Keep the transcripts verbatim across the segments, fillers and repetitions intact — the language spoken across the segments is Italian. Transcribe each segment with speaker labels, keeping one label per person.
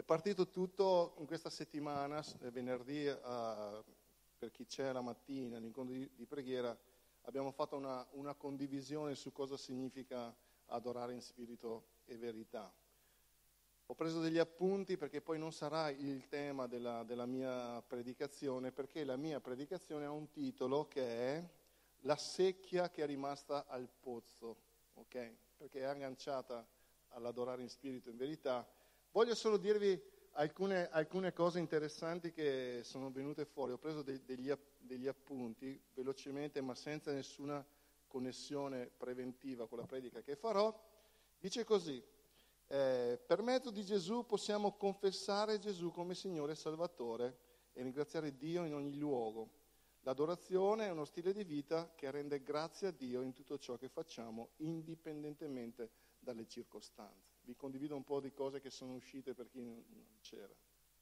Speaker 1: partito tutto in questa settimana, venerdì, uh, per chi c'è la mattina, l'incontro di, di preghiera, abbiamo fatto una, una condivisione su cosa significa adorare in spirito e verità. Ho preso degli appunti perché poi non sarà il tema della, della mia predicazione, perché la mia predicazione ha un titolo che è La secchia che è rimasta al pozzo, ok? Perché è agganciata all'adorare in spirito e in verità. Voglio solo dirvi alcune, alcune cose interessanti che sono venute fuori. Ho preso de, degli, degli appunti velocemente, ma senza nessuna connessione preventiva con la predica che farò. Dice così: eh, per mezzo di Gesù possiamo confessare Gesù come Signore e Salvatore e ringraziare Dio in ogni luogo. L'adorazione è uno stile di vita che rende grazie a Dio in tutto ciò che facciamo, indipendentemente dalle circostanze. Vi condivido un po' di cose che sono uscite per chi non c'era.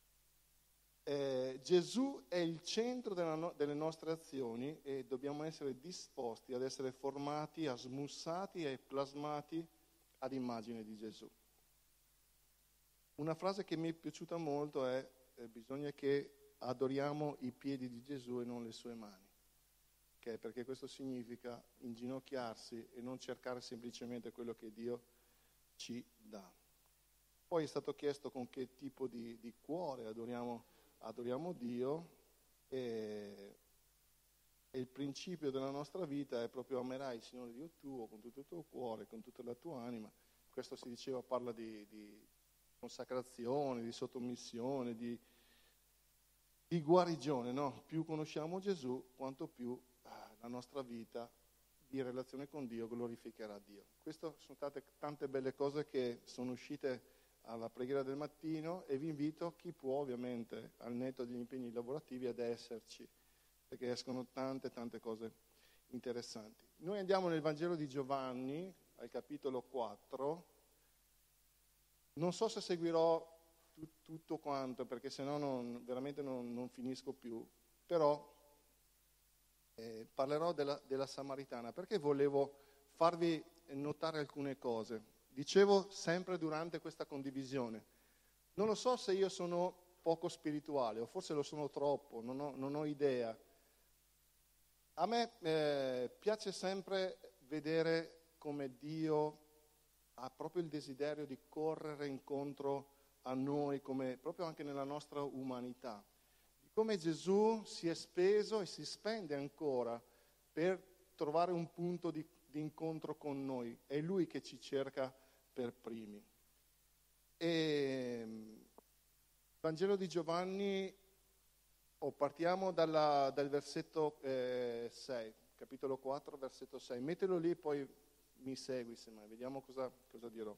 Speaker 1: Eh, Gesù è il centro della no- delle nostre azioni e dobbiamo essere disposti ad essere formati, a smussati e plasmati ad immagine di Gesù. Una frase che mi è piaciuta molto è eh, bisogna che adoriamo i piedi di Gesù e non le sue mani, okay? Perché questo significa inginocchiarsi e non cercare semplicemente quello che Dio ci dà. Poi è stato chiesto con che tipo di, di cuore adoriamo, adoriamo Dio e, e il principio della nostra vita è proprio amerai il Signore Dio tuo con tutto il tuo cuore, con tutta la tua anima. Questo si diceva, parla di, di consacrazione, di sottomissione, di di guarigione, no? Più conosciamo Gesù, quanto più eh, la nostra vita di relazione con Dio glorificherà Dio. Queste sono state tante belle cose che sono uscite alla preghiera del mattino e vi invito, chi può ovviamente, al netto degli impegni lavorativi, ad esserci, perché escono tante tante cose interessanti. Noi andiamo nel Vangelo di Giovanni, al capitolo quattro. Non so se seguirò tutto quanto, perché sennò non, veramente non, non finisco più, però eh, parlerò della, della Samaritana, perché volevo farvi notare alcune cose. Dicevo sempre durante questa condivisione, non lo so se io sono poco spirituale, o forse lo sono troppo, non ho, non ho idea. A me eh, piace sempre vedere come Dio ha proprio il desiderio di correre incontro a noi, come proprio anche nella nostra umanità, come Gesù si è speso e si spende ancora per trovare un punto di, di incontro con noi. È Lui che ci cerca per primi. E il Vangelo di Giovanni, oh, partiamo dalla, dal versetto eh, sei, capitolo quattro, versetto sei. Mettelo lì, poi mi segui, semmai, vediamo cosa, cosa dirò.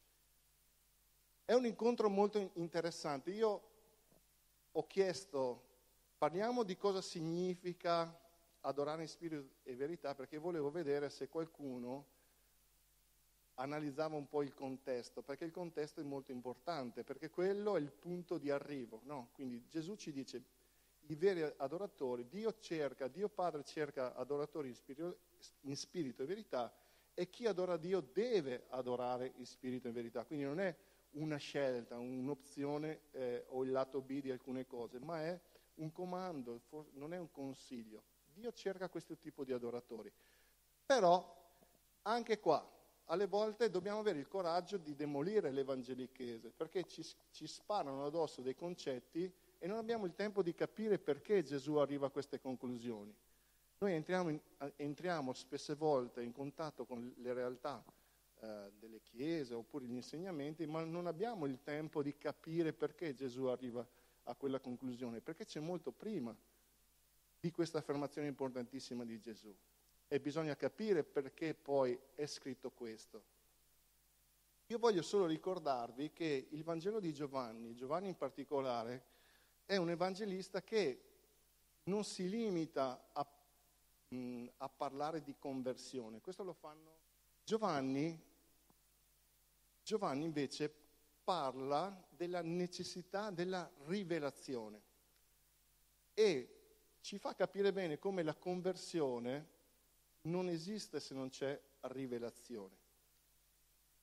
Speaker 1: È un incontro molto interessante. Io ho chiesto, parliamo di cosa significa adorare in spirito e verità, perché volevo vedere se qualcuno analizzava un po' il contesto, perché il contesto è molto importante, perché quello è il punto di arrivo, no? Quindi Gesù ci dice, i veri adoratori, Dio cerca, Dio Padre cerca adoratori in spirito, in spirito e verità, e chi adora Dio deve adorare in spirito e verità. Quindi non è una scelta, un'opzione eh, o il lato B di alcune cose, ma è un comando, non è un consiglio. Dio cerca questo tipo di adoratori. Però anche qua, alle volte dobbiamo avere il coraggio di demolire l'evangelichese, perché ci, ci sparano addosso dei concetti e non abbiamo il tempo di capire perché Gesù arriva a queste conclusioni. Noi entriamo, in, entriamo spesse volte in contatto con le realtà delle chiese oppure gli insegnamenti, ma non abbiamo il tempo di capire perché Gesù arriva a quella conclusione, perché c'è molto prima di questa affermazione importantissima di Gesù e bisogna capire perché poi è scritto questo. Io voglio solo ricordarvi che il Vangelo di Giovanni, Giovanni in particolare, è un evangelista che non si limita a, mh, a parlare di conversione, questo lo fanno Giovanni. Giovanni invece parla della necessità della rivelazione e ci fa capire bene come la conversione non esiste se non c'è rivelazione.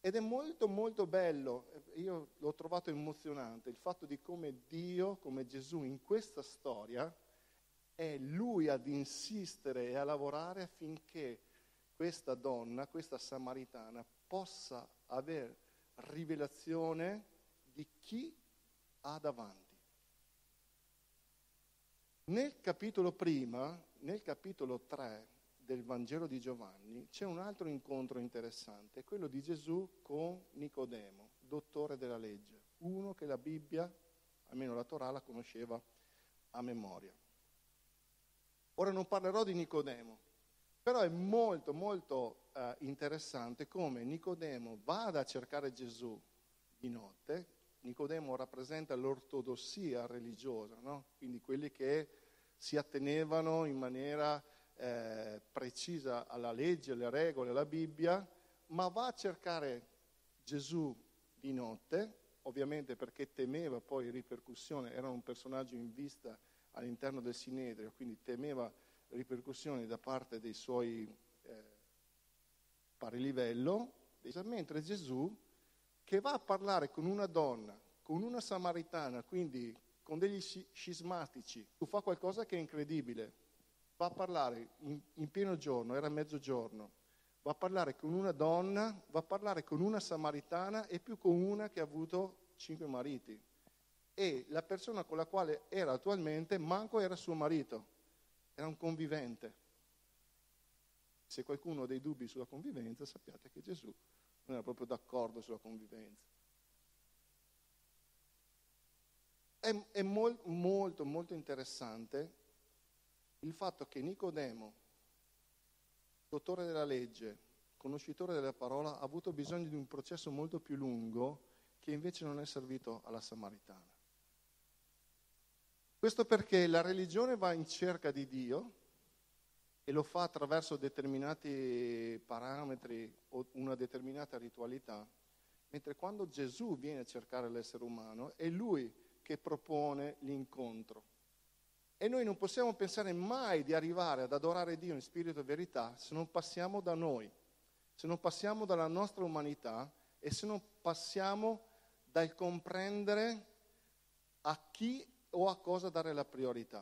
Speaker 1: Ed è molto molto bello, io l'ho trovato emozionante, il fatto di come Dio, come Gesù in questa storia, è Lui ad insistere e a lavorare affinché questa donna, questa samaritana, possa avere rivelazione di chi ha davanti. Nel capitolo prima, nel capitolo tre del Vangelo di Giovanni, c'è un altro incontro interessante, quello di Gesù con Nicodemo, dottore della legge, uno che la Bibbia, almeno la Torah, la conosceva a memoria. Ora non parlerò di Nicodemo, però è molto molto eh, interessante come Nicodemo vada a cercare Gesù di notte. Nicodemo rappresenta l'ortodossia religiosa, no? Quindi quelli che si attenevano in maniera eh, precisa alla legge, alle regole, alla Bibbia, ma va a cercare Gesù di notte, ovviamente perché temeva poi ripercussioni, era un personaggio in vista all'interno del Sinedrio, quindi temeva ripercussioni da parte dei suoi eh, pari livello, mentre Gesù, che va a parlare con una donna, con una samaritana, quindi con degli scismatici, fa qualcosa che è incredibile, va a parlare in, in pieno giorno, era mezzogiorno, va a parlare con una donna, va a parlare con una samaritana e più con una che ha avuto cinque mariti. E la persona con la quale era attualmente manco era suo marito, era un convivente. Se qualcuno ha dei dubbi sulla convivenza, sappiate che Gesù non era proprio d'accordo sulla convivenza. È, è mol, molto, molto interessante il fatto che Nicodemo, dottore della legge, conoscitore della parola, ha avuto bisogno di un processo molto più lungo che invece non è servito alla Samaritana. Questo perché la religione va in cerca di Dio e lo fa attraverso determinati parametri o una determinata ritualità, mentre quando Gesù viene a cercare l'essere umano è Lui che propone l'incontro. E noi non possiamo pensare mai di arrivare ad adorare Dio in spirito e verità se non passiamo da noi, se non passiamo dalla nostra umanità e se non passiamo dal comprendere a chi o a cosa dare la priorità.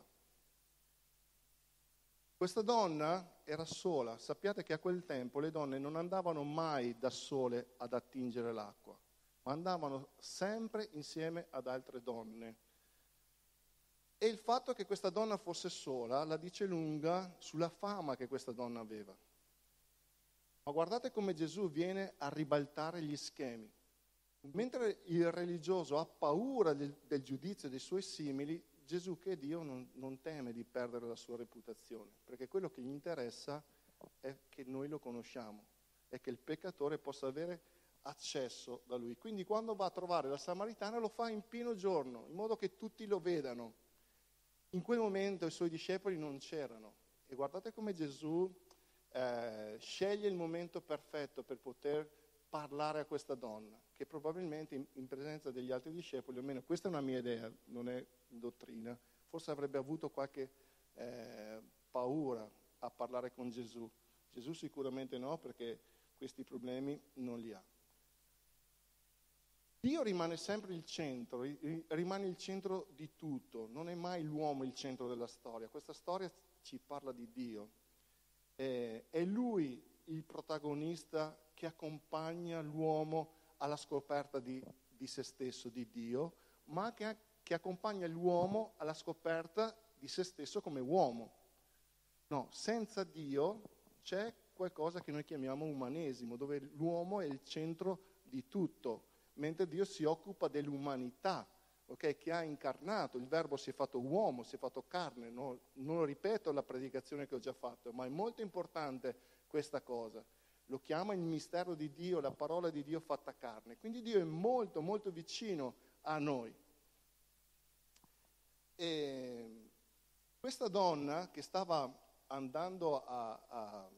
Speaker 1: Questa donna era sola, sappiate che a quel tempo le donne non andavano mai da sole ad attingere l'acqua, ma andavano sempre insieme ad altre donne. E il fatto che questa donna fosse sola la dice lunga sulla fama che questa donna aveva. Ma guardate come Gesù viene a ribaltare gli schemi. Mentre il religioso ha paura del, del giudizio dei suoi simili, Gesù, che è Dio, non, non teme di perdere la sua reputazione, perché quello che gli interessa è che noi lo conosciamo, è che il peccatore possa avere accesso da lui. Quindi quando va a trovare la Samaritana lo fa in pieno giorno, in modo che tutti lo vedano. In quel momento i suoi discepoli non c'erano e guardate come Gesù eh, sceglie il momento perfetto per poter parlare a questa donna, che probabilmente in, in presenza degli altri discepoli, almeno questa è una mia idea, non è dottrina, forse avrebbe avuto qualche eh, paura a parlare con Gesù. Gesù sicuramente no, perché questi problemi non li ha. Dio rimane sempre il centro, rimane il centro di tutto, non è mai l'uomo il centro della storia. Questa storia ci parla di Dio. Eh, è Lui il protagonista che accompagna l'uomo alla scoperta di, di se stesso, di Dio, ma che, che accompagna l'uomo alla scoperta di se stesso come uomo. No, senza Dio c'è qualcosa che noi chiamiamo umanesimo, dove l'uomo è il centro di tutto, mentre Dio si occupa dell'umanità, okay, che ha incarnato, il Verbo si è fatto uomo, si è fatto carne. No? Non ripeto la predicazione che ho già fatto, ma è molto importante questa cosa. Lo chiama il mistero di Dio, la parola di Dio fatta carne. Quindi Dio è molto, molto vicino a noi. E questa donna che stava andando a, a,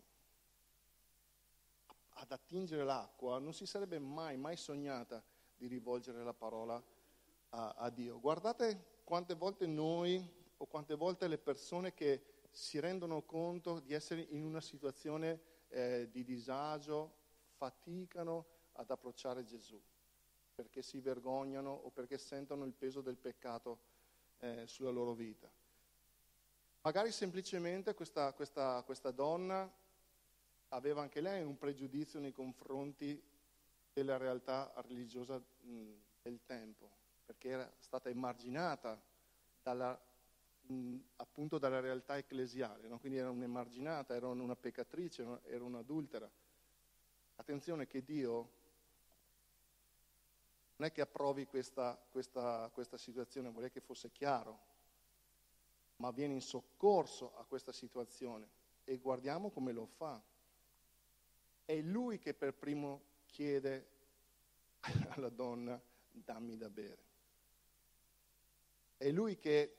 Speaker 1: ad attingere l'acqua non si sarebbe mai, mai sognata di rivolgere la parola a, a Dio. Guardate quante volte noi o quante volte le persone che si rendono conto di essere in una situazione eh, di disagio faticano ad approcciare Gesù, perché si vergognano o perché sentono il peso del peccato eh, sulla loro vita. Magari semplicemente questa, questa, questa donna aveva anche lei un pregiudizio nei confronti della realtà religiosa mh, del tempo, perché era stata emarginata dalla, mh, appunto dalla realtà ecclesiale, no? Quindi era un'emarginata, era una peccatrice, era un'adultera. Attenzione che Dio non è che approvi questa, questa, questa situazione, vorrei che fosse chiaro, ma viene in soccorso a questa situazione e guardiamo come lo fa. È lui che per primo chiede alla donna: dammi da bere. È lui che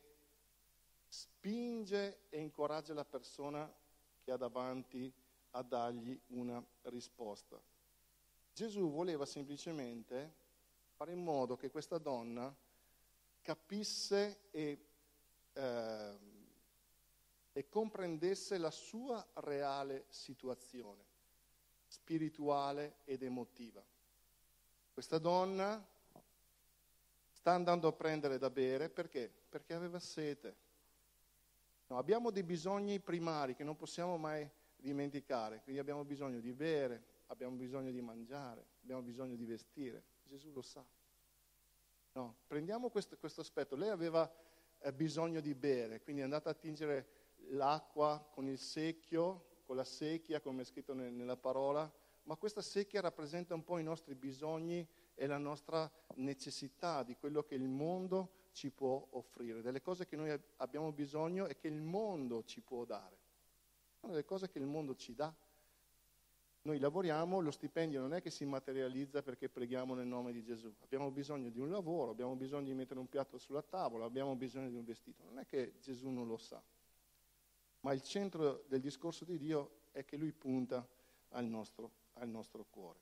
Speaker 1: spinge e incoraggia la persona che ha davanti a dargli una risposta. Gesù voleva semplicemente fare in modo che questa donna capisse e, eh, e comprendesse la sua reale situazione spirituale ed emotiva. Questa donna sta andando a prendere da bere perché? Perché aveva sete. No, abbiamo dei bisogni primari che non possiamo mai dimenticare, quindi abbiamo bisogno di bere, abbiamo bisogno di mangiare, abbiamo bisogno di vestire. Gesù lo sa. No, prendiamo questo, questo aspetto. Lei aveva eh, bisogno di bere, quindi è andata a tingere l'acqua con il secchio, con la secchia, come è scritto nel, nella parola, ma questa secchia rappresenta un po' i nostri bisogni e la nostra necessità di quello che il mondo ci può offrire, delle cose che noi abbiamo bisogno e che il mondo ci può dare. Sono delle cose che il mondo ci dà. Noi lavoriamo, lo stipendio non è che si materializza perché preghiamo nel nome di Gesù. Abbiamo bisogno di un lavoro, abbiamo bisogno di mettere un piatto sulla tavola, abbiamo bisogno di un vestito. Non è che Gesù non lo sa. Ma il centro del discorso di Dio è che Lui punta al nostro, al nostro cuore.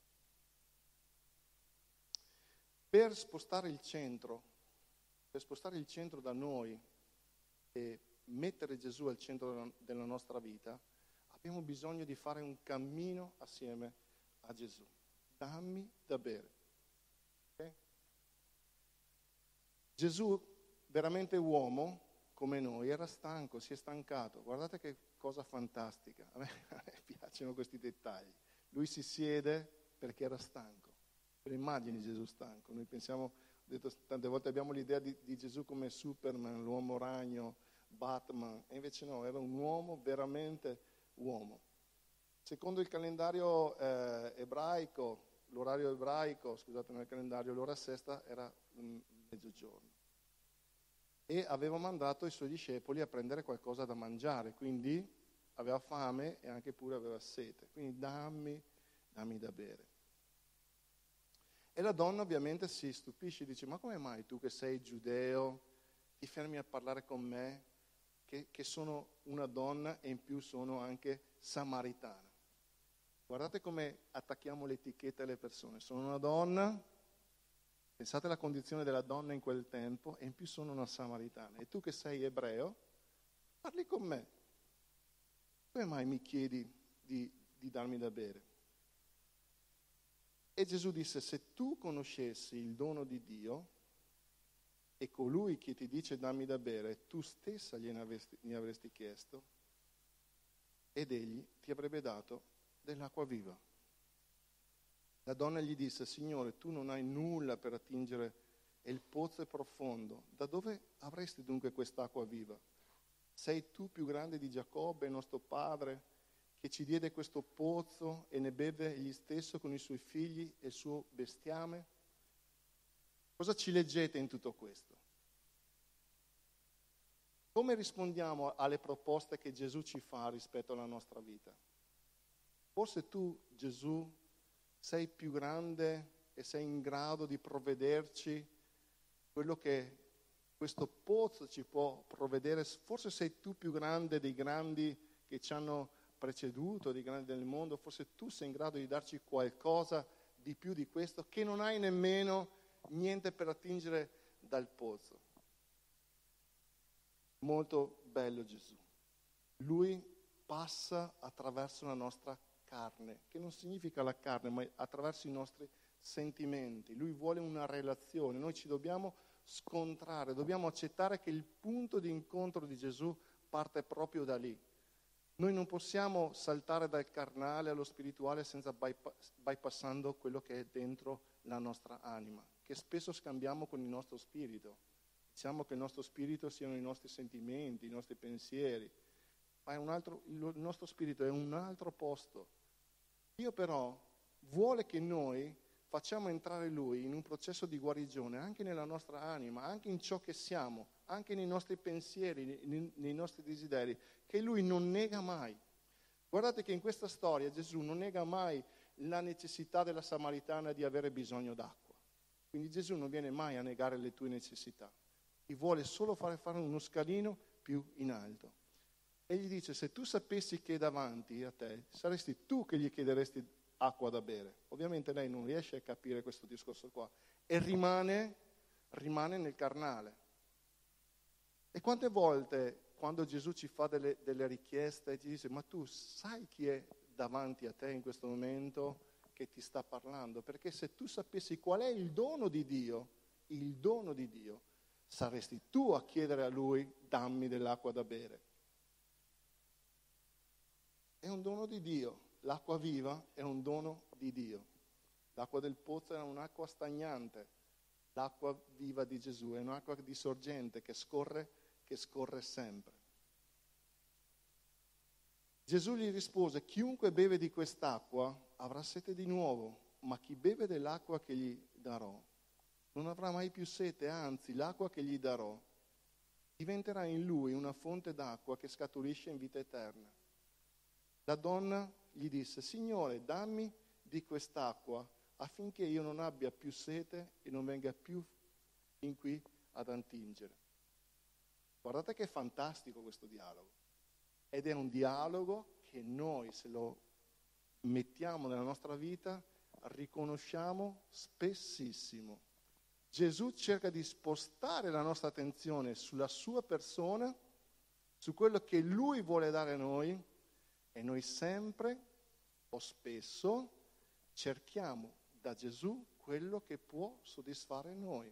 Speaker 1: Per spostare il centro, per spostare il centro da noi e mettere Gesù al centro della nostra vita, abbiamo bisogno di fare un cammino assieme a Gesù. Dammi da bere. Okay? Gesù, veramente uomo, come noi, era stanco, si è stancato. Guardate che cosa fantastica. A me, a me piacciono questi dettagli. Lui si siede perché era stanco. Per immagini Gesù stanco. Noi pensiamo, ho detto tante volte, abbiamo l'idea di, di Gesù come Superman, l'uomo ragno, Batman, e invece no, era un uomo veramente uomo. Secondo il calendario eh, ebraico, l'orario ebraico, scusate, nel calendario, l'ora sesta era um, mezzogiorno. E aveva mandato i suoi discepoli a prendere qualcosa da mangiare, quindi aveva fame e anche pure aveva sete, quindi dammi, dammi da bere. E la donna ovviamente si stupisce, dice: ma come mai tu che sei giudeo ti fermi a parlare con me, che, che sono una donna e in più sono anche samaritana? Guardate come attacchiamo l'etichetta alle persone. Sono una donna, pensate alla condizione della donna in quel tempo, e in più sono una samaritana. E tu che sei ebreo, parli con me. Come mai mi chiedi di, di darmi da bere? E Gesù disse: se tu conoscessi il dono di Dio e colui che ti dice dammi da bere, tu stessa gliene avresti, ne avresti chiesto ed egli ti avrebbe dato dell'acqua viva. La donna gli disse: Signore, tu non hai nulla per attingere e il pozzo è profondo. Da dove avresti dunque quest'acqua viva? Sei tu più grande di Giacobbe, nostro padre, che ci diede questo pozzo e ne beve egli stesso con i suoi figli e il suo bestiame? Cosa ci leggete in tutto questo? Come rispondiamo alle proposte che Gesù ci fa rispetto alla nostra vita? Forse tu, Gesù, sei più grande e sei in grado di provvederci quello che questo pozzo ci può provvedere. Forse sei tu più grande dei grandi che ci hanno preceduto, dei grandi del mondo. Forse tu sei in grado di darci qualcosa di più di questo, che non hai nemmeno niente per attingere dal pozzo. Molto bello Gesù. Lui passa attraverso la nostra carne, che non significa la carne, ma attraverso i nostri sentimenti, lui vuole una relazione. Noi ci dobbiamo scontrare, dobbiamo accettare che il punto di incontro di Gesù parte proprio da lì. Noi non possiamo saltare dal carnale allo spirituale senza bypass- bypassando quello che è dentro la nostra anima, che spesso scambiamo con il nostro spirito. Diciamo che il nostro spirito siano i nostri sentimenti, i nostri pensieri, ma è un altro, il nostro spirito è un altro posto. Dio però vuole che noi facciamo entrare Lui in un processo di guarigione anche nella nostra anima, anche in ciò che siamo, anche nei nostri pensieri, nei, nei nostri desideri, che Lui non nega mai. Guardate che in questa storia Gesù non nega mai la necessità della Samaritana di avere bisogno d'acqua. Quindi Gesù non viene mai a negare le tue necessità. Ti vuole solo fare fare uno scalino più in alto. E gli dice, se tu sapessi che davanti a te, saresti tu che gli chiederesti acqua da bere. Ovviamente lei non riesce a capire questo discorso qua e rimane, rimane nel carnale. E quante volte quando Gesù ci fa delle, delle richieste ci dice, ma tu sai chi è davanti a te in questo momento che ti sta parlando? Perché se tu sapessi qual è il dono di Dio, il dono di Dio, saresti tu a chiedere a Lui, dammi dell'acqua da bere. È un dono di Dio. L'acqua viva è un dono di Dio. L'acqua del pozzo è un'acqua stagnante. L'acqua viva di Gesù è un'acqua di sorgente che scorre, che scorre sempre. Gesù gli rispose, chiunque beve di quest'acqua avrà sete di nuovo, ma chi beve dell'acqua che gli darò non avrà mai più sete, anzi l'acqua che gli darò diventerà in lui una fonte d'acqua che scaturisce in vita eterna. La donna gli disse, Signore, dammi di quest'acqua affinché io non abbia più sete e non venga più fin qui ad attingere. Guardate che fantastico questo dialogo. Ed è un dialogo che noi, se lo mettiamo nella nostra vita, riconosciamo spessissimo. Gesù cerca di spostare la nostra attenzione sulla sua persona, su quello che Lui vuole dare a noi, e noi sempre o spesso cerchiamo da Gesù quello che può soddisfare noi.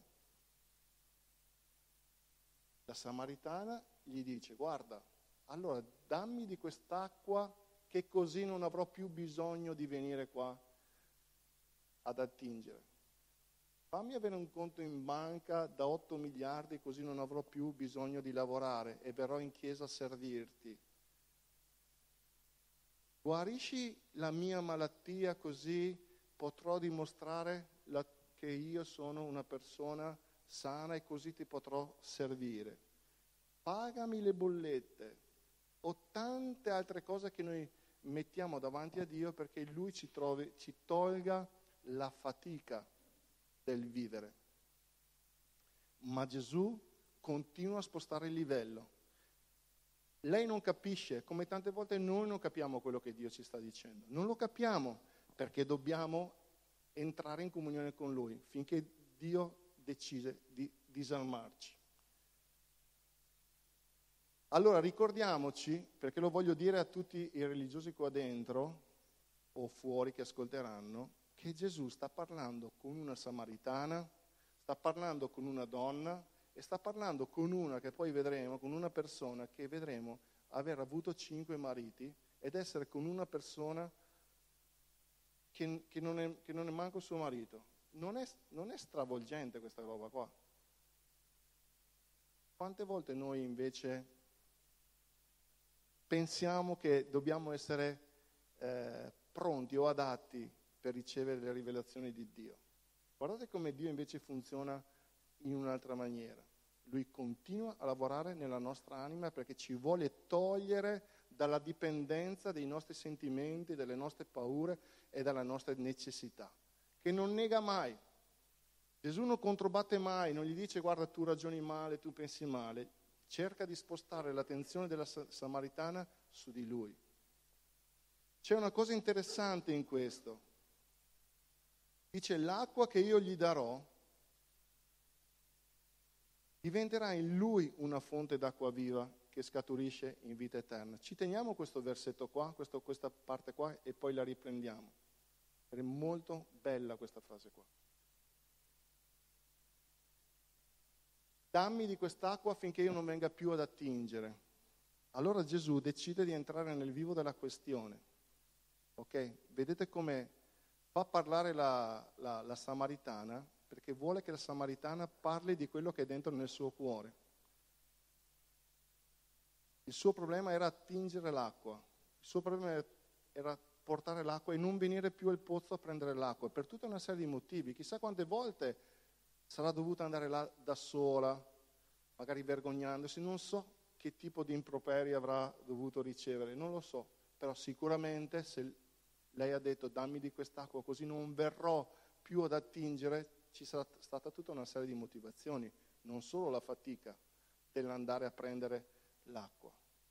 Speaker 1: La Samaritana gli dice, guarda, allora dammi di quest'acqua che così non avrò più bisogno di venire qua ad attingere. Fammi avere un conto in banca da otto miliardi così non avrò più bisogno di lavorare e verrò in chiesa a servirti. Guarisci la mia malattia così potrò dimostrare la, che io sono una persona sana e così ti potrò servire. Pagami le bollette o tante altre cose che noi mettiamo davanti a Dio perché Lui ci, trovi, ci tolga la fatica del vivere. Ma Gesù continua a spostare il livello. Lei non capisce, come tante volte noi non capiamo quello che Dio ci sta dicendo. Non lo capiamo perché dobbiamo entrare in comunione con Lui finché Dio decide di disarmarci. Allora ricordiamoci, perché lo voglio dire a tutti i religiosi qua dentro o fuori che ascolteranno, che Gesù sta parlando con una samaritana, sta parlando con una donna e sta parlando con una che poi vedremo, con una persona che vedremo aver avuto cinque mariti ed essere con una persona che, che, non, è, che non è manco suo marito. Non è, non è stravolgente questa roba qua. Quante volte noi invece pensiamo che dobbiamo essere eh, pronti o adatti per ricevere le rivelazioni di Dio? Guardate come Dio invece funziona in un'altra maniera. Lui continua a lavorare nella nostra anima perché ci vuole togliere dalla dipendenza dei nostri sentimenti, delle nostre paure e dalle nostre necessità, che non nega mai. Gesù non controbatte mai, non gli dice guarda tu ragioni male, tu pensi male, cerca di spostare l'attenzione della Samaritana su di lui. C'è una cosa interessante in questo. Dice l'acqua che io gli darò diventerà in lui una fonte d'acqua viva che scaturisce in vita eterna. Ci teniamo questo versetto qua, questo, questa parte qua e poi la riprendiamo. Ed è molto bella questa frase qua. Dammi di quest'acqua affinché io non venga più ad attingere. Allora Gesù decide di entrare nel vivo della questione. Ok? Vedete come fa parlare la, la, la Samaritana, perché vuole che la Samaritana parli di quello che è dentro nel suo cuore. Il suo problema era attingere l'acqua, il suo problema era portare l'acqua e non venire più al pozzo a prendere l'acqua, per tutta una serie di motivi. Chissà quante volte sarà dovuta andare là da sola, magari vergognandosi, non so che tipo di improperi avrà dovuto ricevere, non lo so, però sicuramente se lei ha detto dammi di quest'acqua così non verrò più ad attingere, ci sarà stata tutta una serie di motivazioni, non solo la fatica dell'andare a prendere l'acqua.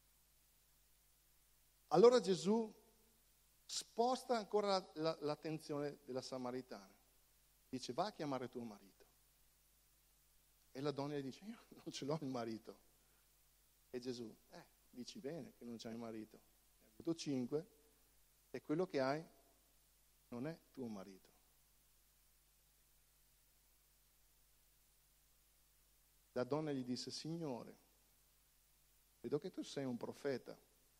Speaker 1: Allora Gesù sposta ancora la, la, l'attenzione della Samaritana, dice va a chiamare tuo marito. E la donna gli dice io non ce l'ho il marito. E Gesù, eh, dici bene che non c'hai il marito, hai avuto cinque e quello che hai non è tuo marito. La donna gli disse, Signore, vedo che tu sei un profeta.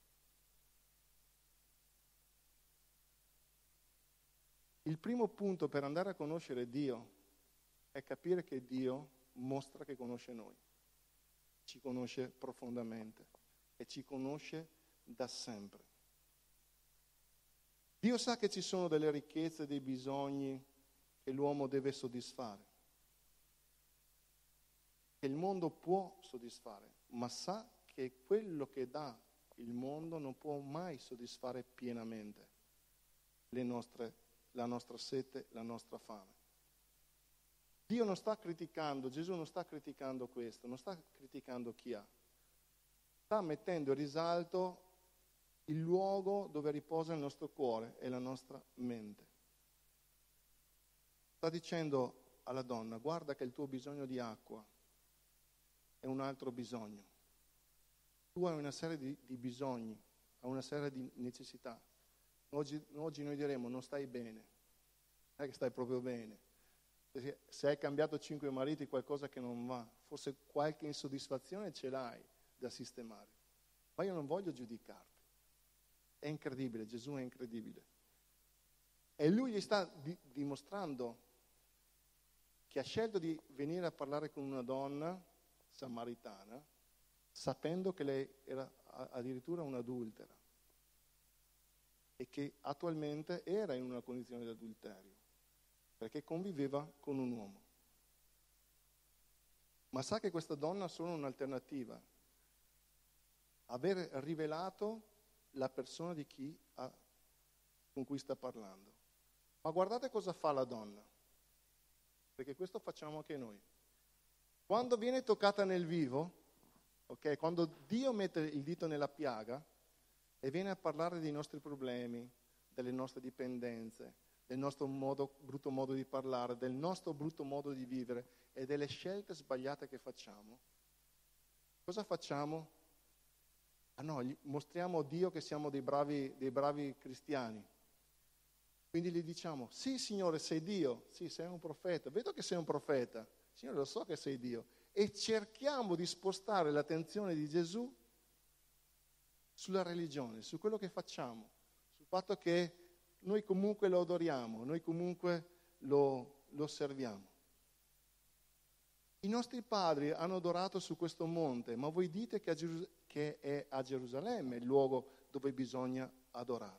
Speaker 1: Il primo punto per andare a conoscere Dio è capire che Dio mostra che conosce noi, ci conosce profondamente e ci conosce da sempre. Dio sa che ci sono delle ricchezze, dei bisogni che l'uomo deve soddisfare, che il mondo può soddisfare, ma sa che quello che dà il mondo non può mai soddisfare pienamente le nostre, la nostra sete, la nostra fame. Dio non sta criticando, Gesù non sta criticando questo, non sta criticando chi ha, sta mettendo in risalto il luogo dove riposa il nostro cuore e la nostra mente. Sta dicendo alla donna, guarda che il tuo bisogno di acqua è un altro bisogno. Tu hai una serie di, di bisogni, hai una serie di necessità. Oggi, oggi noi diremo non stai bene, non è che stai proprio bene. Se hai cambiato cinque mariti qualcosa che non va, forse qualche insoddisfazione ce l'hai da sistemare. Ma io non voglio giudicarti. È incredibile, Gesù è incredibile. E lui gli sta di, dimostrando che ha scelto di venire a parlare con una donna samaritana, sapendo che lei era addirittura un'adultera e che attualmente era in una condizione di adulterio, perché conviveva con un uomo. Ma sa che questa donna ha solo un'alternativa, aver rivelato la persona di chi ha, con cui sta parlando. Ma guardate cosa fa la donna, perché questo facciamo anche noi. Quando viene toccata nel vivo, ok, quando Dio mette il dito nella piaga e viene a parlare dei nostri problemi, delle nostre dipendenze, del nostro modo, brutto modo di parlare, del nostro brutto modo di vivere e delle scelte sbagliate che facciamo, cosa facciamo? Ah no, gli mostriamo a Dio che siamo dei bravi, dei bravi cristiani. Quindi gli diciamo, sì Signore sei Dio, sì sei un profeta, vedo che sei un profeta, Signore lo so che sei Dio. E cerchiamo di spostare l'attenzione di Gesù sulla religione, su quello che facciamo, sul fatto che noi comunque lo adoriamo, noi comunque lo, lo serviamo. I nostri padri hanno adorato su questo monte, ma voi dite che, a Gerus- che è a Gerusalemme il luogo dove bisogna adorare.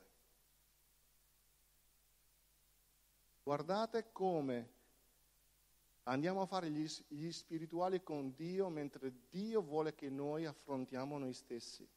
Speaker 1: Guardate come andiamo a fare gli, gli spirituali con Dio mentre Dio vuole che noi affrontiamo noi stessi.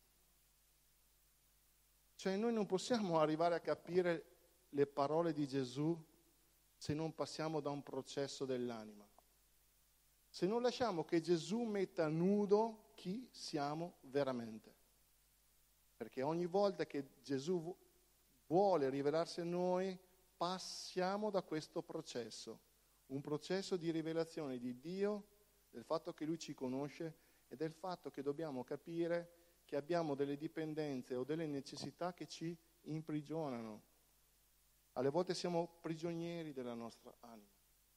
Speaker 1: Cioè noi non possiamo arrivare a capire le parole di Gesù se non passiamo da un processo dell'anima. Se non lasciamo che Gesù metta a nudo chi siamo veramente. Perché ogni volta che Gesù vuole rivelarsi a noi, passiamo da questo processo. Un processo di rivelazione di Dio, del fatto che Lui ci conosce e del fatto che dobbiamo capire che abbiamo delle dipendenze o delle necessità che ci imprigionano Alle volte siamo prigionieri della nostra anima.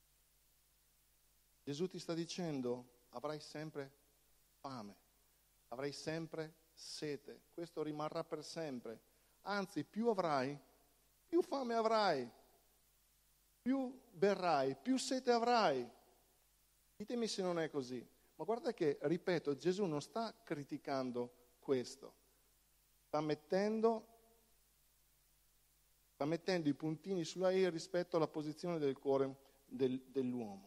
Speaker 1: Gesù ti sta dicendo, avrai sempre fame, avrai sempre sete, questo rimarrà per sempre. Anzi, più avrai, più fame avrai, più berrai, più sete avrai. Ditemi se non è così. Ma guarda che, ripeto, Gesù non sta criticando questo, sta mettendo, sta mettendo i puntini sulla i rispetto alla posizione del cuore del, dell'uomo.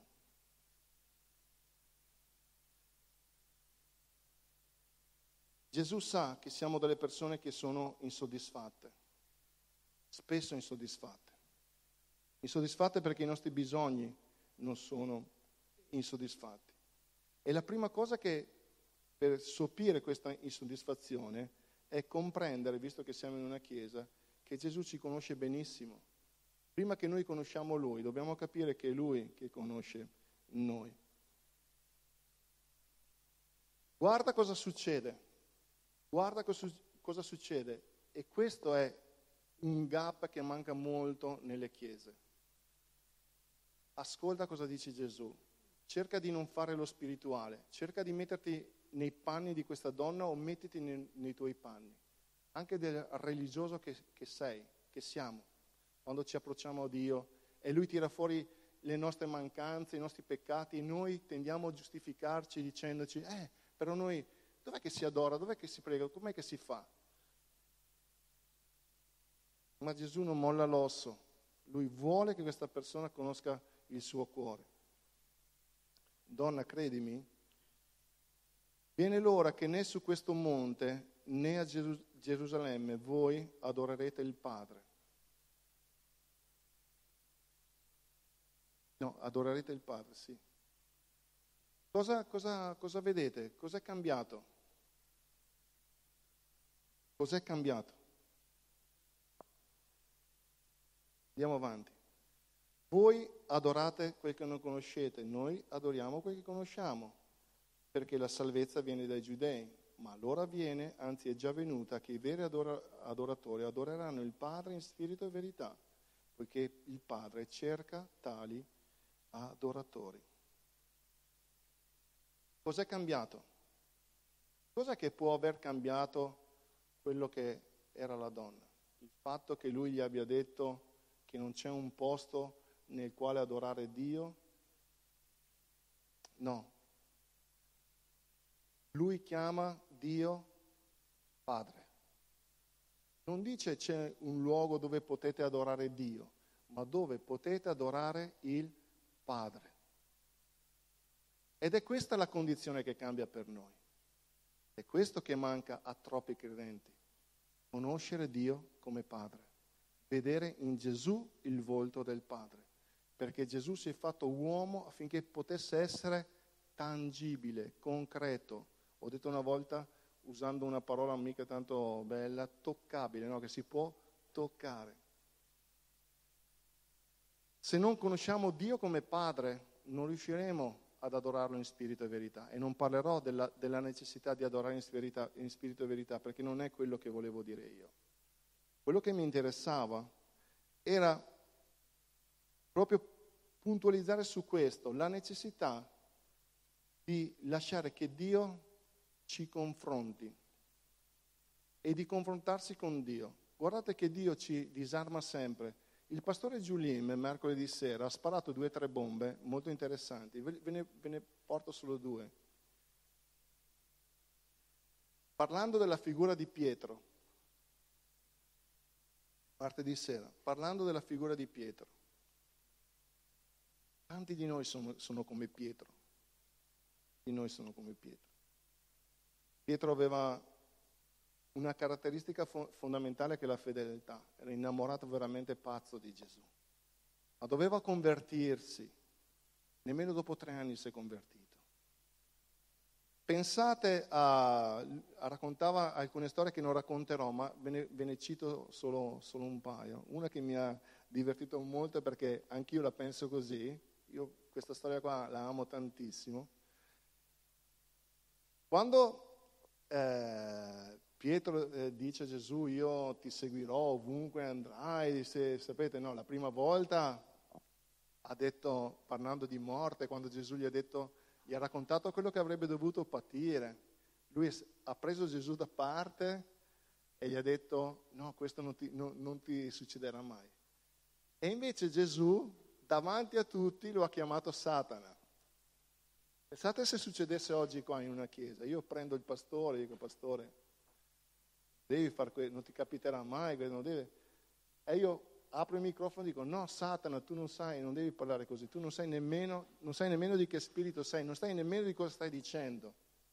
Speaker 1: Gesù sa che siamo delle persone che sono insoddisfatte, spesso insoddisfatte. Insoddisfatte perché i nostri bisogni non sono insoddisfatti. E la prima cosa che per sopire questa insoddisfazione è comprendere, visto che siamo in una chiesa, che Gesù ci conosce benissimo. Prima che noi conosciamo Lui, dobbiamo capire che è Lui che conosce noi. Guarda cosa succede. Guarda cosa, cosa succede, e questo è un gap che manca molto nelle chiese. Ascolta cosa dice Gesù, cerca di non fare lo spirituale, cerca di metterti nei panni di questa donna o mettiti nei, nei tuoi panni, anche del religioso che, che sei, che siamo, quando ci approcciamo a Dio e Lui tira fuori le nostre mancanze, i nostri peccati, noi tendiamo a giustificarci dicendoci, eh, però noi... Dov'è che si adora? Dov'è che si prega? Com'è che si fa? Ma Gesù non molla l'osso. Lui vuole che questa persona conosca il suo cuore. Donna, credimi, viene l'ora che né su questo monte né a Geru- Gerusalemme voi adorerete il Padre. No, adorerete il Padre, sì. Cosa, cosa, cosa vedete? Cos'è cambiato? Cos'è cambiato? Andiamo avanti. Voi adorate quel che non conoscete, noi adoriamo quel che conosciamo, perché la salvezza viene dai giudei, ma l'ora viene, anzi è già venuta, che i veri adora- adoratori adoreranno il Padre in spirito e verità, poiché il Padre cerca tali adoratori. Cos'è cambiato? Cos'è che può aver cambiato quello che era la donna? Il fatto che lui gli abbia detto che non c'è un posto nel quale adorare Dio? No. Lui chiama Dio Padre. Non dice c'è un luogo dove potete adorare Dio, ma dove potete adorare il Padre. Ed è questa la condizione che cambia per noi. È questo che manca a troppi credenti. Conoscere Dio come Padre. Vedere in Gesù il volto del Padre. Perché Gesù si è fatto uomo affinché potesse essere tangibile, concreto. Ho detto una volta, usando una parola mica tanto bella, toccabile, no? Che si può toccare. Se non conosciamo Dio come Padre, non riusciremo ad adorarlo in spirito e verità. E non parlerò della, della necessità di adorare in spirito, in spirito e verità, perché non è quello che volevo dire io. Quello che mi interessava era proprio puntualizzare su questo, la necessità di lasciare che Dio ci confronti e di confrontarsi con Dio. Guardate che Dio ci disarma sempre. Il pastore Giulim mercoledì sera ha sparato due o tre bombe molto interessanti, ve ne, ve ne porto solo due. Parlando della figura di Pietro, martedì sera, parlando della figura di Pietro, tanti di noi sono, sono come Pietro, di noi sono come Pietro. Pietro aveva una caratteristica fo- fondamentale che è la fedeltà, era innamorato veramente pazzo di Gesù, ma doveva convertirsi, nemmeno dopo tre anni si è convertito. Pensate a, a raccontava alcune storie che non racconterò, ma ve ne, ve ne cito solo, solo un paio. Una che mi ha divertito molto perché anch'io la penso così, io questa storia qua la amo tantissimo. Quando eh, Pietro eh, dice a Gesù, io ti seguirò ovunque andrai, se sapete, no, la prima volta ha detto, parlando di morte, quando Gesù gli ha detto, gli ha raccontato quello che avrebbe dovuto patire, lui ha preso Gesù da parte e gli ha detto, no, questo non ti, no, non ti succederà mai. E invece Gesù, davanti a tutti, lo ha chiamato Satana. Pensate se succedesse oggi qua in una chiesa, io prendo il pastore, dico, pastore, devi fare questo, non ti capiterà mai, non deve. E io apro il microfono e dico, no Satana, tu non sai, non devi parlare così, tu non sai nemmeno, non sai nemmeno di che spirito sei, non sai nemmeno di cosa stai dicendo.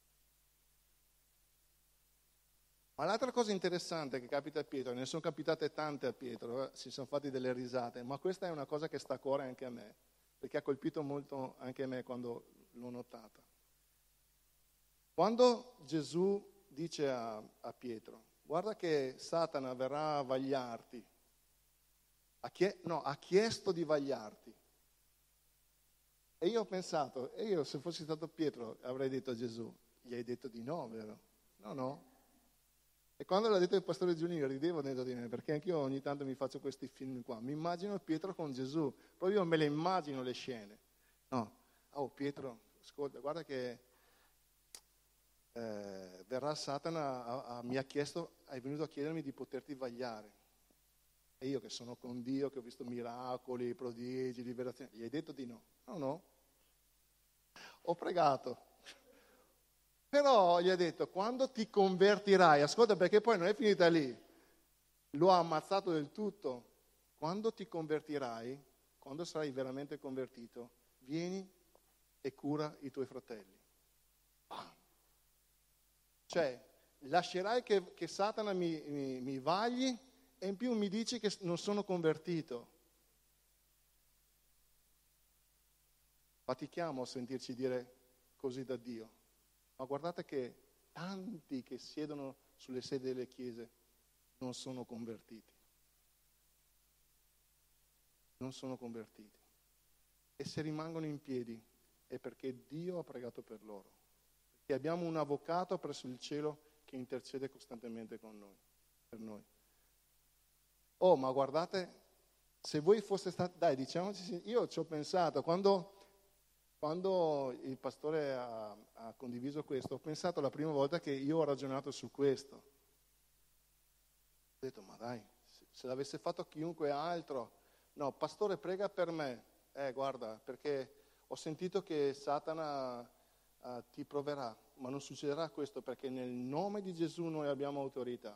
Speaker 1: Ma l'altra cosa interessante che capita a Pietro, ne sono capitate tante a Pietro, eh, si sono fatti delle risate, ma questa è una cosa che sta a cuore anche a me, perché ha colpito molto anche me quando l'ho notata. Quando Gesù dice a, a Pietro, guarda che Satana verrà a vagliarti, ha, chie- no, ha chiesto di vagliarti. E io ho pensato, e io se fossi stato Pietro avrei detto a Gesù, gli hai detto di no, vero? No, no. E quando l'ha detto il pastore Giulio ridevo dentro di me, perché anch'io ogni tanto mi faccio questi film qua. Mi immagino Pietro con Gesù, proprio io me le immagino le scene. No, oh Pietro, ascolta, guarda che eh, verrà Satana, a, a, mi ha chiesto, è venuto a chiedermi di poterti vagliare. E io che sono con Dio, che ho visto miracoli, prodigi, liberazioni, gli hai detto di no? No, no. Ho pregato. Però gli ha detto, quando ti convertirai, ascolta perché poi non è finita lì, lo ha ammazzato del tutto, quando ti convertirai, quando sarai veramente convertito, vieni e cura i tuoi fratelli. Bam. Cioè, lascerai che, che Satana mi, mi, mi vagli e in più mi dici che non sono convertito. Fatichiamo a sentirci dire così da Dio. Ma guardate che tanti che siedono sulle sedie delle chiese non sono convertiti. Non sono convertiti. E se rimangono in piedi è perché Dio ha pregato per loro. Perché abbiamo un avvocato presso il cielo che intercede costantemente con noi, per noi. Oh, ma guardate, se voi foste stati... Dai, diciamoci, io ci ho pensato, quando... Quando il pastore ha, ha condiviso questo, ho pensato la prima volta che io ho ragionato su questo. Ho detto, ma dai, se, se l'avesse fatto chiunque altro, no, pastore prega per me. Eh, guarda, perché ho sentito che Satana uh, ti proverà, ma non succederà questo perché nel nome di Gesù noi abbiamo autorità.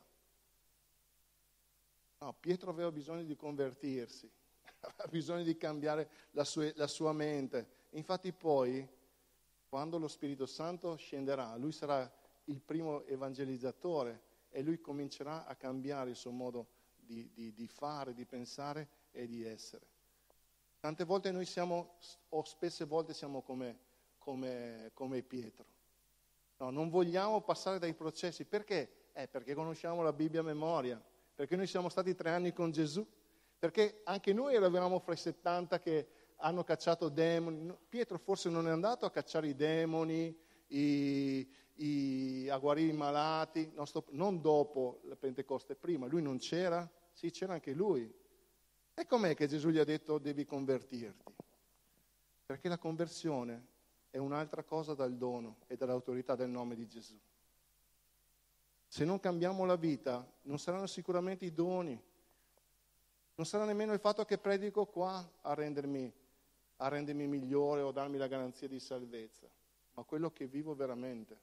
Speaker 1: No, Pietro aveva bisogno di convertirsi, aveva bisogno di cambiare la sua, la sua mente. Infatti poi, quando lo Spirito Santo scenderà, lui sarà il primo evangelizzatore e lui comincerà a cambiare il suo modo di, di, di fare, di pensare e di essere. Tante volte noi siamo, o spesse volte siamo come, come, come Pietro. No, non vogliamo passare dai processi. Perché? Eh, perché conosciamo la Bibbia a memoria, perché noi siamo stati tre anni con Gesù, perché anche noi eravamo fra i settanta che hanno cacciato demoni. Pietro forse non è andato a cacciare i demoni, i, i, a guarire i malati, no, sto, non dopo la Pentecoste, prima. Lui non c'era? Sì, c'era anche lui. E com'è che Gesù gli ha detto devi convertirti? Perché la conversione è un'altra cosa dal dono e dall'autorità del nome di Gesù. Se non cambiamo la vita, non saranno sicuramente i doni, non sarà nemmeno il fatto che predico qua a rendermi a rendermi migliore o darmi la garanzia di salvezza, ma quello che vivo veramente.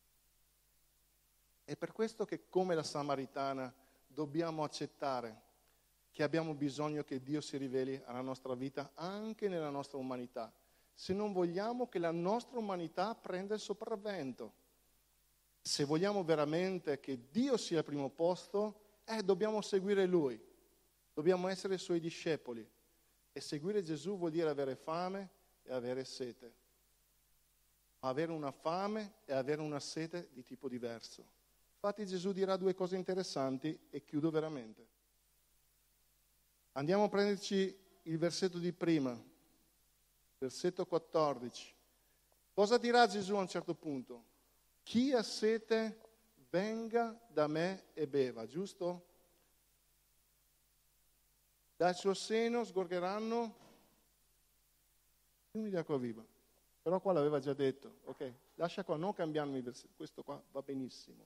Speaker 1: È per questo che come la Samaritana dobbiamo accettare che abbiamo bisogno che Dio si riveli alla nostra vita anche nella nostra umanità, se non vogliamo che la nostra umanità prenda il sopravvento. Se vogliamo veramente che Dio sia al primo posto, eh, dobbiamo seguire Lui, dobbiamo essere Suoi discepoli. E seguire Gesù vuol dire avere fame e avere sete. Avere una fame e avere una sete di tipo diverso. Infatti Gesù dirà due cose interessanti e chiudo veramente. Andiamo a prenderci il versetto di prima, versetto quattordici. Cosa dirà Gesù a un certo punto? Chi ha sete venga da me e beva, giusto? Dal suo seno sgorgeranno fiumi di acqua viva. Però qua l'aveva già detto, ok? Lascia qua, non cambiarmi il versetto, questo qua va benissimo.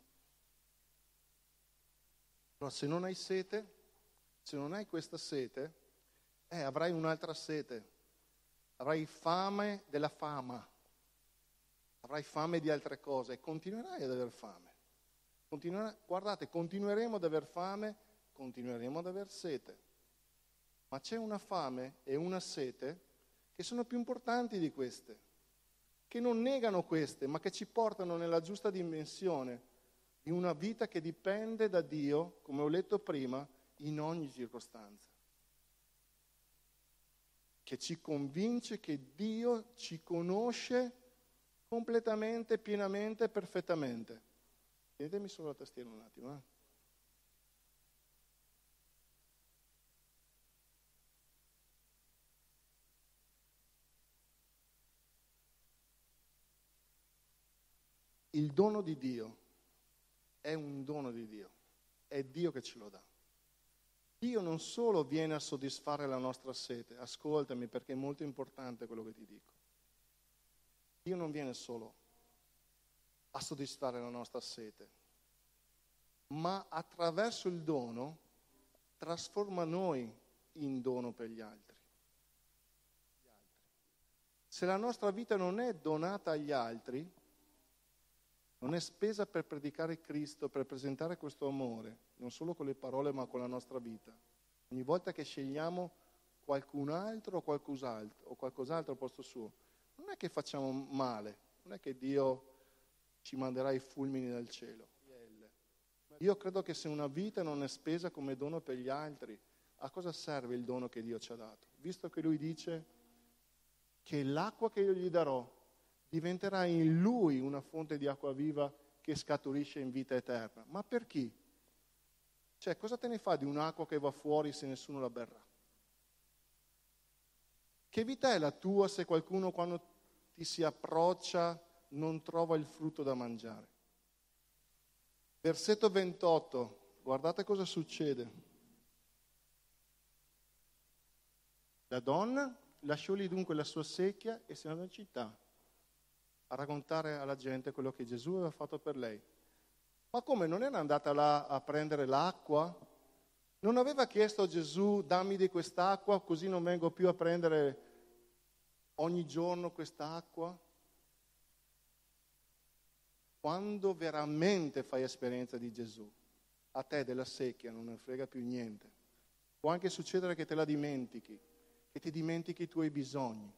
Speaker 1: Però se non hai sete, se non hai questa sete, eh, avrai un'altra sete. Avrai fame della fama. Avrai fame di altre cose e continuerai ad aver fame. Continuerai, guardate, continueremo ad aver fame, continueremo ad aver sete. Ma c'è una fame e una sete che sono più importanti di queste, che non negano queste, ma che ci portano nella giusta dimensione di una vita che dipende da Dio, come ho letto prima, in ogni circostanza. Che ci convince che Dio ci conosce completamente, pienamente, perfettamente. Tenetemi solo la tastiera un attimo, eh. Il dono di Dio è un dono di Dio, è Dio che ce lo dà. Dio non solo viene a soddisfare la nostra sete, ascoltami perché è molto importante quello che ti dico. Dio non viene solo a soddisfare la nostra sete, ma attraverso il dono trasforma noi in dono per gli altri. Se la nostra vita non è donata agli altri, non è spesa per predicare Cristo, per presentare questo amore, non solo con le parole ma con la nostra vita. Ogni volta che scegliamo qualcun altro o qualcos'altro, o qualcos'altro al posto suo, non è che facciamo male, non è che Dio ci manderà i fulmini dal cielo. Io credo che se una vita non è spesa come dono per gli altri, a cosa serve il dono che Dio ci ha dato? Visto che Lui dice che l'acqua che io gli darò diventerà in lui una fonte di acqua viva che scaturisce in vita eterna. Ma per chi? Cioè, cosa te ne fa di un'acqua che va fuori se nessuno la berrà? Che vita è la tua se qualcuno quando ti si approccia non trova il frutto da mangiare? Versetto ventotto, guardate cosa succede. La donna lasciò lì dunque la sua secchia e se ne andò in città a raccontare alla gente quello che Gesù aveva fatto per lei. Ma come, non era andata là a prendere l'acqua? Non aveva chiesto a Gesù, dammi di quest'acqua così non vengo più a prendere ogni giorno quest'acqua? Quando veramente fai esperienza di Gesù, a te della secchia non ne frega più niente. Può anche succedere che te la dimentichi, che ti dimentichi i tuoi bisogni.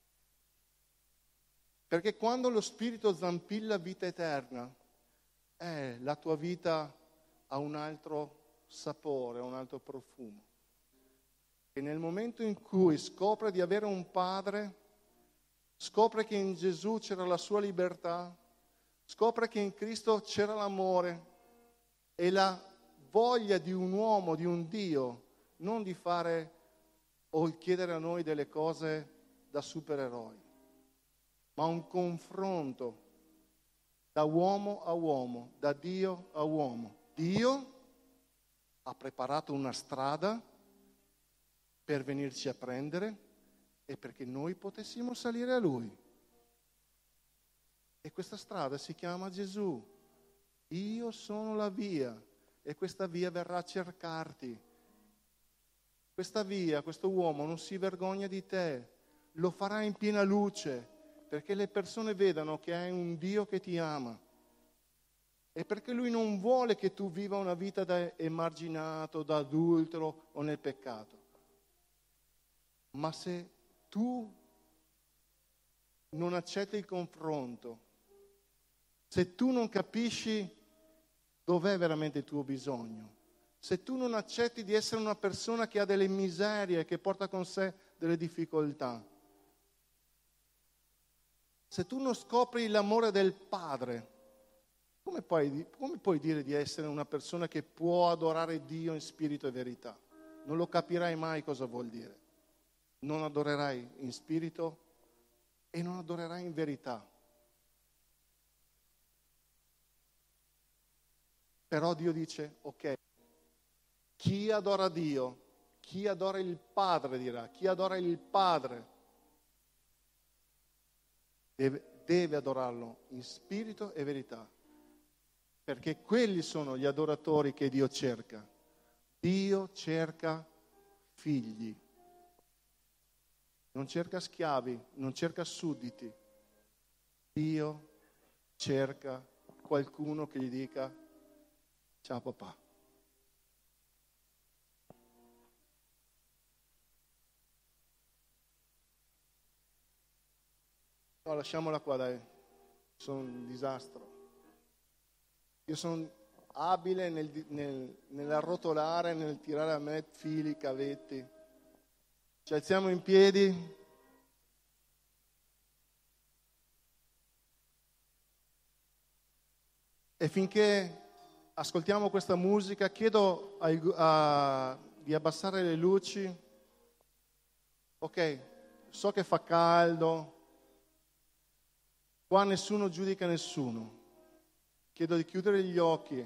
Speaker 1: Perché quando lo Spirito zampilla vita eterna, eh, la tua vita ha un altro sapore, un altro profumo. E nel momento in cui scopre di avere un Padre, scopre che in Gesù c'era la sua libertà, scopre che in Cristo c'era l'amore e la voglia di un uomo, di un Dio, non di fare o chiedere a noi delle cose da supereroi, ma un confronto da uomo a uomo, da Dio a uomo. Dio ha preparato una strada per venirci a prendere e perché noi potessimo salire a Lui. E questa strada si chiama Gesù. Io sono la via e questa via verrà a cercarti. Questa via, questo uomo non si vergogna di te, lo farà in piena luce, perché le persone vedano che hai un Dio che ti ama e perché Lui non vuole che tu viva una vita da emarginato, da adultero o nel peccato. Ma se tu non accetti il confronto, se tu non capisci dov'è veramente il tuo bisogno, se tu non accetti di essere una persona che ha delle miserie, che porta con sé delle difficoltà, se tu non scopri l'amore del Padre, come puoi, come puoi dire di essere una persona che può adorare Dio in spirito e verità? Non lo capirai mai cosa vuol dire. Non adorerai in spirito e non adorerai in verità. Però Dio dice, ok, chi adora Dio, chi adora il Padre dirà, chi adora il Padre deve, deve adorarlo in spirito e verità, perché quelli sono gli adoratori che Dio cerca. Dio cerca figli, non cerca schiavi, non cerca sudditi. Dio cerca qualcuno che gli dica ciao papà. No, lasciamola qua, dai, sono un disastro. Io sono abile nel, nel, nell'arrotolare, nel tirare a me fili, cavetti. Ci alziamo in piedi. E finché ascoltiamo questa musica, chiedo ai, a, di abbassare le luci. Ok, so che fa caldo, qua nessuno giudica nessuno. Chiedo di chiudere gli occhi.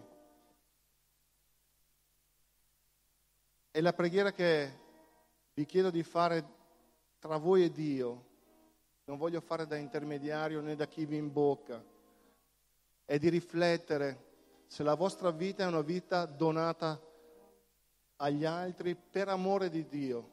Speaker 1: E la preghiera che vi chiedo di fare tra voi e Dio, non voglio fare da intermediario né da chi vi imbocca, è di riflettere se la vostra vita è una vita donata agli altri per amore di Dio.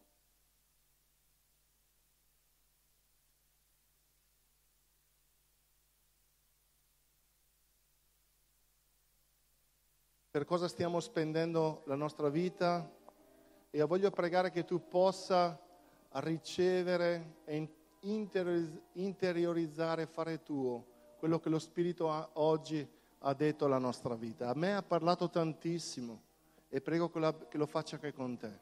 Speaker 1: Per cosa stiamo spendendo la nostra vita? E voglio pregare che tu possa ricevere e interiorizzare, fare tuo quello che lo Spirito ha, oggi ha detto alla nostra vita. A me ha parlato tantissimo e prego che, la, che lo faccia anche con te.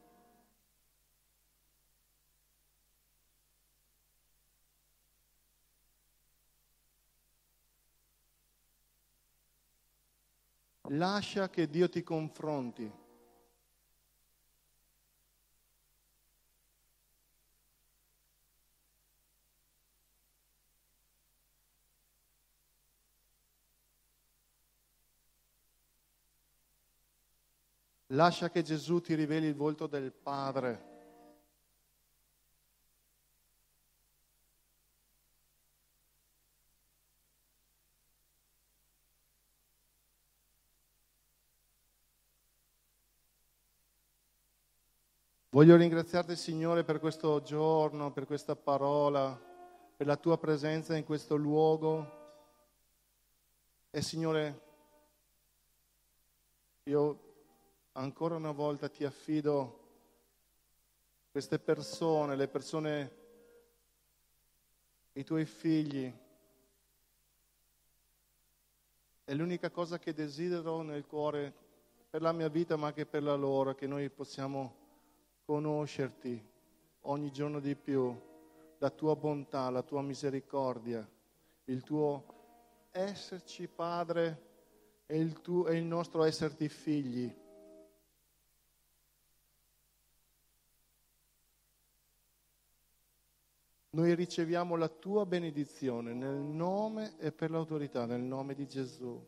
Speaker 1: Lascia che Dio ti confronti. Lascia che Gesù ti riveli il volto del Padre. Voglio ringraziarti, Signore, per questo giorno, per questa parola, per la tua presenza in questo luogo. E Signore, io ancora una volta ti affido queste persone, le persone, i tuoi figli. È l'unica cosa che desidero nel cuore per la mia vita, ma anche per la loro, che noi possiamo conoscerti ogni giorno di più, la tua bontà, la tua misericordia, il tuo esserci Padre e il, tuo, e il nostro esserti figli. Noi riceviamo la tua benedizione nel nome e per l'autorità, nel nome di Gesù.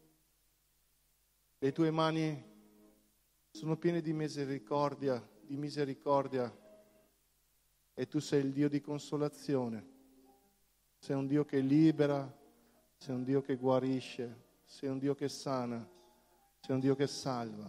Speaker 1: Le tue mani sono piene di misericordia, di misericordia, e tu sei il Dio di consolazione. Sei un Dio che libera, sei un Dio che guarisce, sei un Dio che sana, sei un Dio che salva.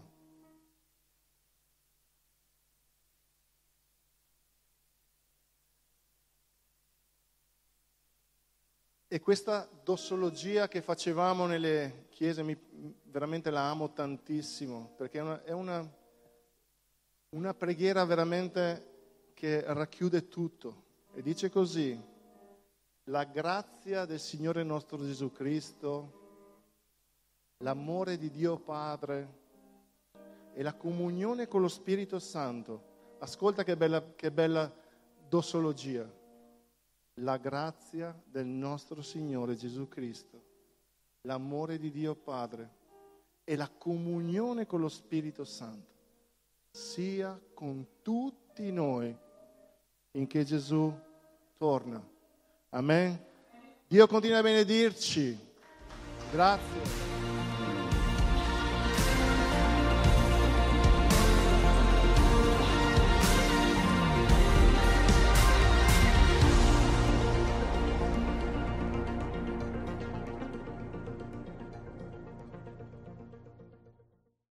Speaker 1: E questa dossologia che facevamo nelle chiese, mi, veramente la amo tantissimo, perché è una, è una, una preghiera veramente che racchiude tutto. E dice così: la grazia del Signore nostro Gesù Cristo, l'amore di Dio Padre e la comunione con lo Spirito Santo. Ascolta che bella, che bella dossologia. La grazia del nostro Signore Gesù Cristo, l'amore di Dio Padre e la comunione con lo Spirito Santo sia con tutti noi finché Gesù torna. Amen. Dio continua a benedirci. Grazie.